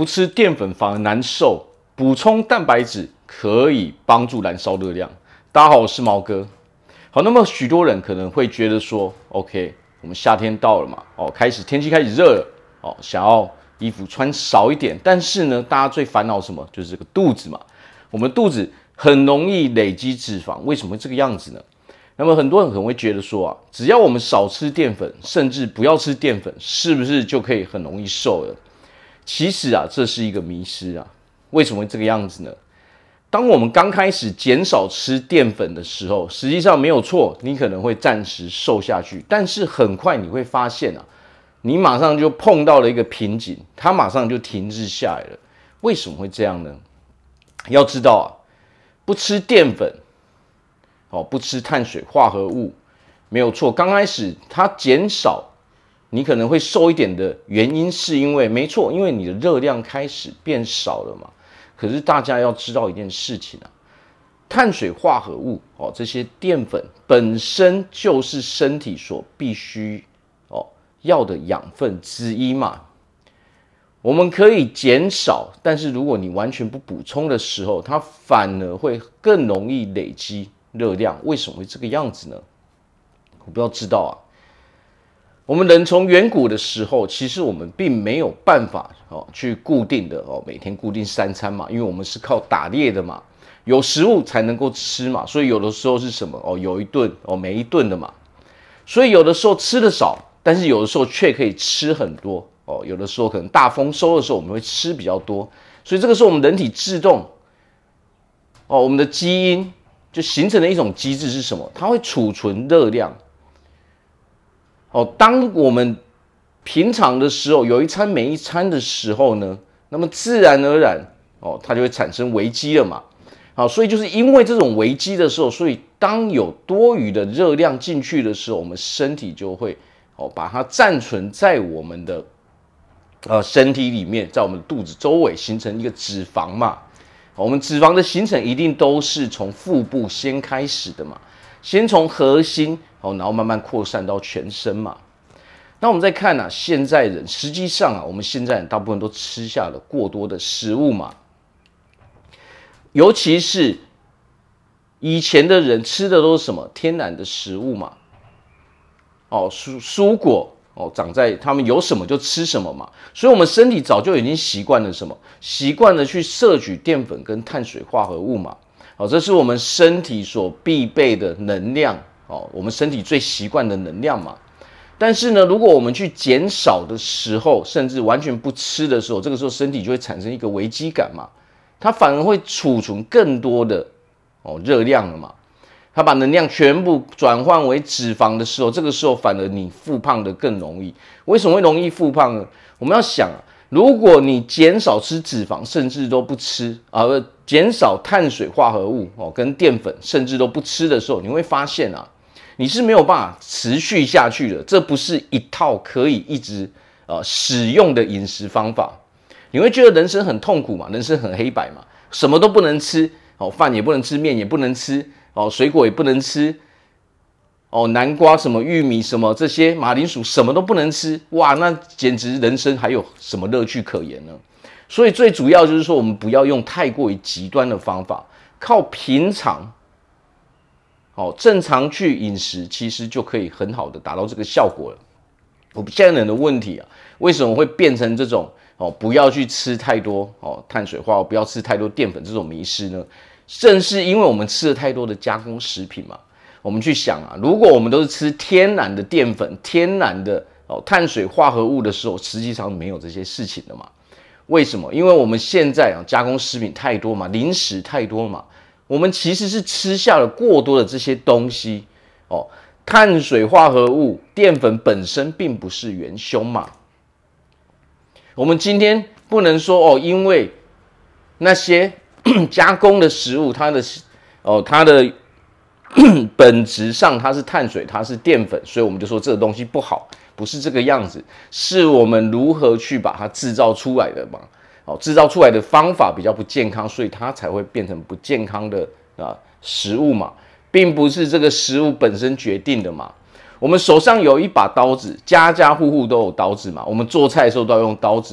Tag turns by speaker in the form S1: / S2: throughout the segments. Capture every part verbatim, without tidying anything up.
S1: 不吃淀粉反而难受，补充蛋白质可以帮助燃烧热量。大家好，我是毛哥。好，那么许多人可能会觉得说 ，OK， 我们夏天到了嘛，哦，开始天气开始热了，哦，想要衣服穿少一点，但是呢，大家最烦恼什么？就是这个肚子嘛。我们肚子很容易累积脂肪，为什么会这个样子呢？那么很多人可能会觉得说啊，只要我们少吃淀粉，甚至不要吃淀粉，是不是就可以很容易瘦了？其实啊，这是一个迷思啊。为什么会这个样子呢？当我们刚开始减少吃淀粉的时候，实际上没有错，你可能会暂时瘦下去，但是很快你会发现啊，你马上就碰到了一个瓶颈，它马上就停滞下来了。为什么会这样呢？要知道啊，不吃淀粉，哦，不吃碳水化合物，没有错。刚开始它减少，你可能会瘦一点的原因，是因为没错，因为你的热量开始变少了嘛。可是大家要知道一件事情啊，碳水化合物哦，这些淀粉本身就是身体所必须哦要的养分之一嘛。我们可以减少，但是如果你完全不补充的时候，它反而会更容易累积热量。为什么会这个样子呢？我不要知道啊。我们人从远古的时候，其实我们并没有办法哦去固定的哦每天固定三餐嘛，因为我们是靠打猎的嘛，有食物才能够吃嘛，所以有的时候是什么哦有一顿哦没一顿的嘛，所以有的时候吃的少，但是有的时候却可以吃很多哦，有的时候可能大丰收的时候我们会吃比较多，所以这个时候我们人体自动哦我们的基因就形成了一种机制是什么？它会储存热量。哦，当我们平常的时候有一餐没一餐的时候呢，那么自然而然哦，它就会产生危机了嘛。好，所以就是因为这种危机的时候，所以当有多余的热量进去的时候，我们身体就会哦把它暂存在我们的呃身体里面，在我们的肚子周围形成一个脂肪嘛。我们脂肪的形成一定都是从腹部先开始的嘛，先从核心。哦，然后慢慢扩散到全身嘛。那我们再看啊，现在人实际上啊，我们现在人大部分都吃下了过多的食物嘛，尤其是以前的人吃的都是什么天然的食物嘛。哦，蔬蔬果哦，长在他们有什么就吃什么嘛，所以我们身体早就已经习惯了什么，习惯了去摄取淀粉跟碳水化合物嘛。哦，这是我们身体所必备的能量。哦，我们身体最习惯的能量嘛，但是呢，如果我们去减少的时候，甚至完全不吃的时候，这个时候身体就会产生一个危机感嘛，它反而会储存更多的哦热量了嘛，它把能量全部转换为脂肪的时候，这个时候反而你复胖的更容易。为什么会容易复胖呢？我们要想啊，如果你减少吃脂肪，甚至都不吃啊，减少碳水化合物哦跟淀粉，甚至都不吃的时候，你会发现啊。你是没有办法持续下去的，这不是一套可以一直呃使用的饮食方法。你会觉得人生很痛苦嘛？人生很黑白嘛？什么都不能吃哦，饭也不能吃，面也不能吃哦，水果也不能吃哦，南瓜什么玉米什么这些马铃薯什么都不能吃，哇，那简直人生还有什么乐趣可言呢？所以最主要就是说，我们不要用太过于极端的方法，靠平常。哦，正常去饮食，其实就可以很好的达到这个效果了。我们现在人的问题啊，为什么会变成这种哦？不要去吃太多哦碳水化合物，不要吃太多淀粉这种迷思呢？正是因为我们吃了太多的加工食品嘛。我们去想啊，如果我们都是吃天然的淀粉、天然的哦碳水化合物的时候，实际上没有这些事情的嘛。为什么？因为我们现在啊加工食品太多嘛，零食太多嘛。我们其实是吃下了过多的这些东西哦，碳水化合物、淀粉本身并不是元凶嘛。我们今天不能说哦，因为那些加工的食物，它的哦它的本质上它是碳水，它是淀粉，所以我们就说这个东西不好，不是这个样子，是我们如何去把它制造出来的嘛。哦，制造出来的方法比较不健康，所以它才会变成不健康的啊食物嘛，并不是这个食物本身决定的嘛。我们手上有一把刀子，家家户户都有刀子嘛，我们做菜的时候都要用刀子嘛。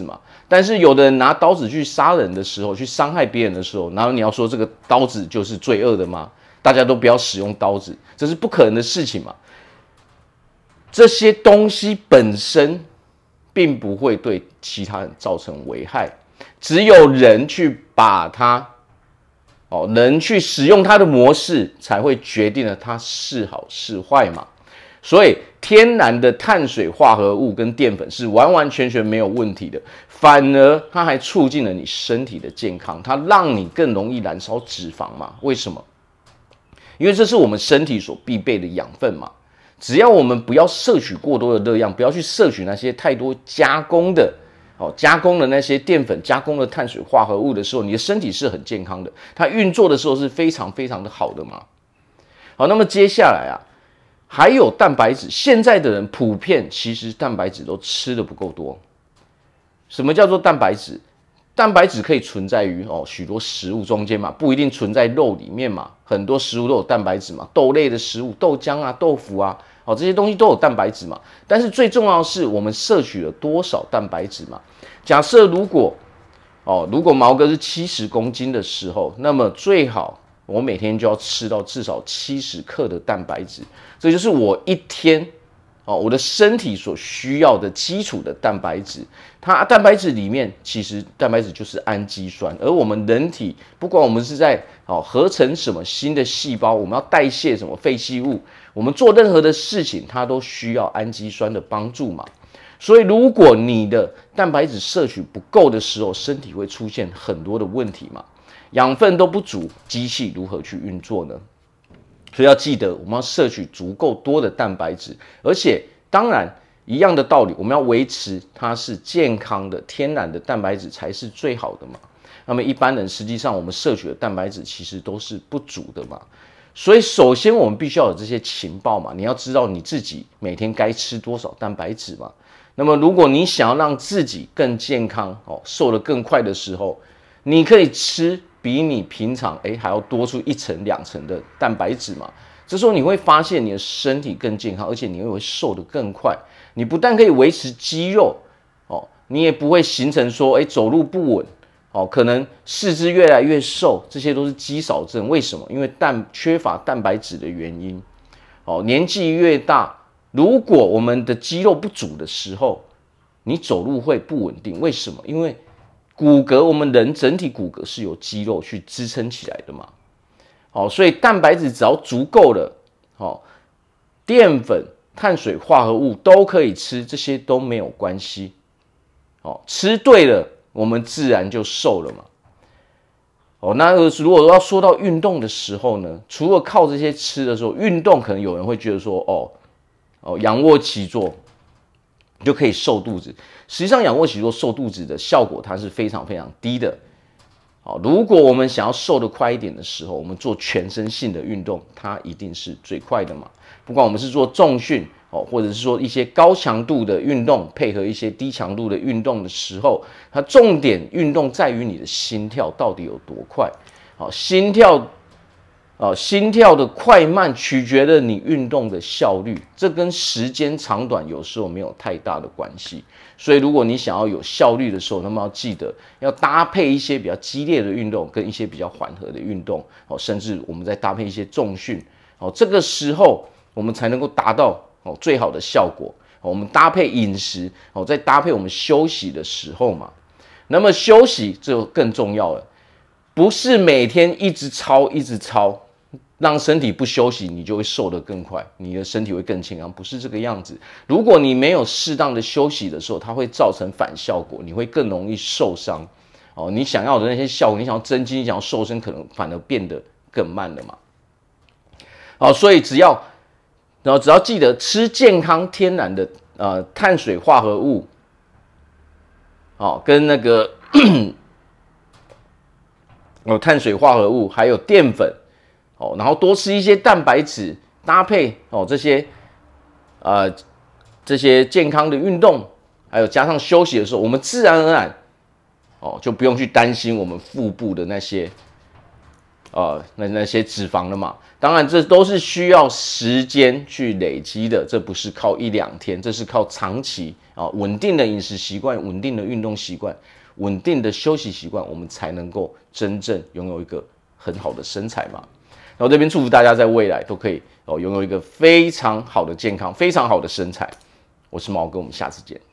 S1: 但是有的人拿刀子去杀人的时候，去伤害别人的时候，然后你要说这个刀子就是罪恶的吗？大家都不要使用刀子，这是不可能的事情嘛。这些东西本身并不会对其他人造成危害，只有人去把它，哦，人去使用它的模式，才会决定了它是好是坏嘛。所以天然的碳水化合物跟淀粉是完完全全没有问题的，反而它还促进了你身体的健康，它让你更容易燃烧脂肪嘛？为什么？因为这是我们身体所必备的养分嘛。只要我们不要摄取过多的热量，不要去摄取那些太多加工的，哦，加工的那些淀粉、加工的碳水化合物的时候，你的身体是很健康的，它运作的时候是非常非常的好的嘛。好，那么接下来啊，还有蛋白质，现在的人普遍其实蛋白质都吃的不够多。什么叫做蛋白质？蛋白质可以存在于哦许多食物中间嘛，不一定存在肉里面嘛。很多食物都有蛋白质嘛，豆类的食物，豆浆啊、豆腐啊，哦这些东西都有蛋白质嘛。但是最重要的是我们摄取了多少蛋白质嘛。假设如果哦如果毛哥是七十公斤的时候，那么最好我每天就要吃到至少七十克的蛋白质，这就是我一天。哦，我的身体所需要的基础的蛋白质，它蛋白质里面其实蛋白质就是氨基酸，而我们人体不管我们是在哦合成什么新的细胞，我们要代谢什么废弃物，我们做任何的事情，它都需要氨基酸的帮助嘛。所以如果你的蛋白质摄取不够的时候，身体会出现很多的问题嘛，养分都不足，机器如何去运作呢？所以要记得，我们要摄取足够多的蛋白质，而且当然一样的道理，我们要维持它是健康的、天然的蛋白质才是最好的嘛。那么一般人实际上我们摄取的蛋白质其实都是不足的嘛。所以首先我们必须要有这些情报嘛，你要知道你自己每天该吃多少蛋白质嘛。那么如果你想要让自己更健康哦，瘦得更快的时候，你可以吃比你平常哎还要多出一层两层的蛋白质嘛。这时候你会发现你的身体更健康，而且你会瘦得更快。你不但可以维持肌肉哦，你也不会形成说哎走路不稳哦，可能四肢越来越瘦，这些都是肌少症。为什么？因为蛋缺乏蛋白质的原因。哦，年纪越大，如果我们的肌肉不足的时候，你走路会不稳定。为什么？因为骨骼，我们人整体骨骼是由肌肉去支撑起来的嘛。好，所以蛋白质只要足够了，好，淀粉、碳水化合物都可以吃，这些都没有关系。好，吃对了，我们自然就瘦了嘛。哦，那如果要说到运动的时候呢，除了靠这些吃的时候，运动可能有人会觉得说，哦，哦，仰卧起坐就可以瘦肚子。实际上，仰卧起坐瘦肚子的效果它是非常非常低的。好，如果我们想要瘦得快一点的时候，我们做全身性的运动，它一定是最快的嘛。不管我们是做重训哦，或者是说一些高强度的运动，配合一些低强度的运动的时候，它重点运动在于你的心跳到底有多快。好，心跳。哦，心跳的快慢取决了你运动的效率，这跟时间长短有时候没有太大的关系。所以，如果你想要有效率的时候，那么要记得要搭配一些比较激烈的运动，跟一些比较缓和的运动，哦，甚至我们再搭配一些重训，哦，这个时候我们才能够达到哦最好的效果。哦，我们搭配饮食，哦，再搭配我们休息的时候嘛。那么休息就更重要了，不是每天一直操一直操。让身体不休息，你就会瘦得更快，你的身体会更健康，不是这个样子。如果你没有适当的休息的时候，它会造成反效果，你会更容易受伤。哦，你想要的那些效果，你想要增肌，你想要瘦身，可能反而变得更慢了嘛。好，所以只要，然后只要记得吃健康天然的呃碳水化合物，哦，跟那个哦碳水化合物还有淀粉。哦，然后多吃一些蛋白质，搭配哦这些，呃这些健康的运动，还有加上休息的时候，我们自然而然，哦就不用去担心我们腹部的那些，呃那那些脂肪了嘛。当然，这都是需要时间去累积的，这不是靠一两天，这是靠长期啊、哦、稳定的饮食习惯、稳定的运动习惯， 稳定的休息习惯，我们才能够真正拥有一个很好的身材嘛。然后这边祝福大家在未来都可以哦拥有一个非常好的健康、非常好的身材。我是毛哥，我们下次见。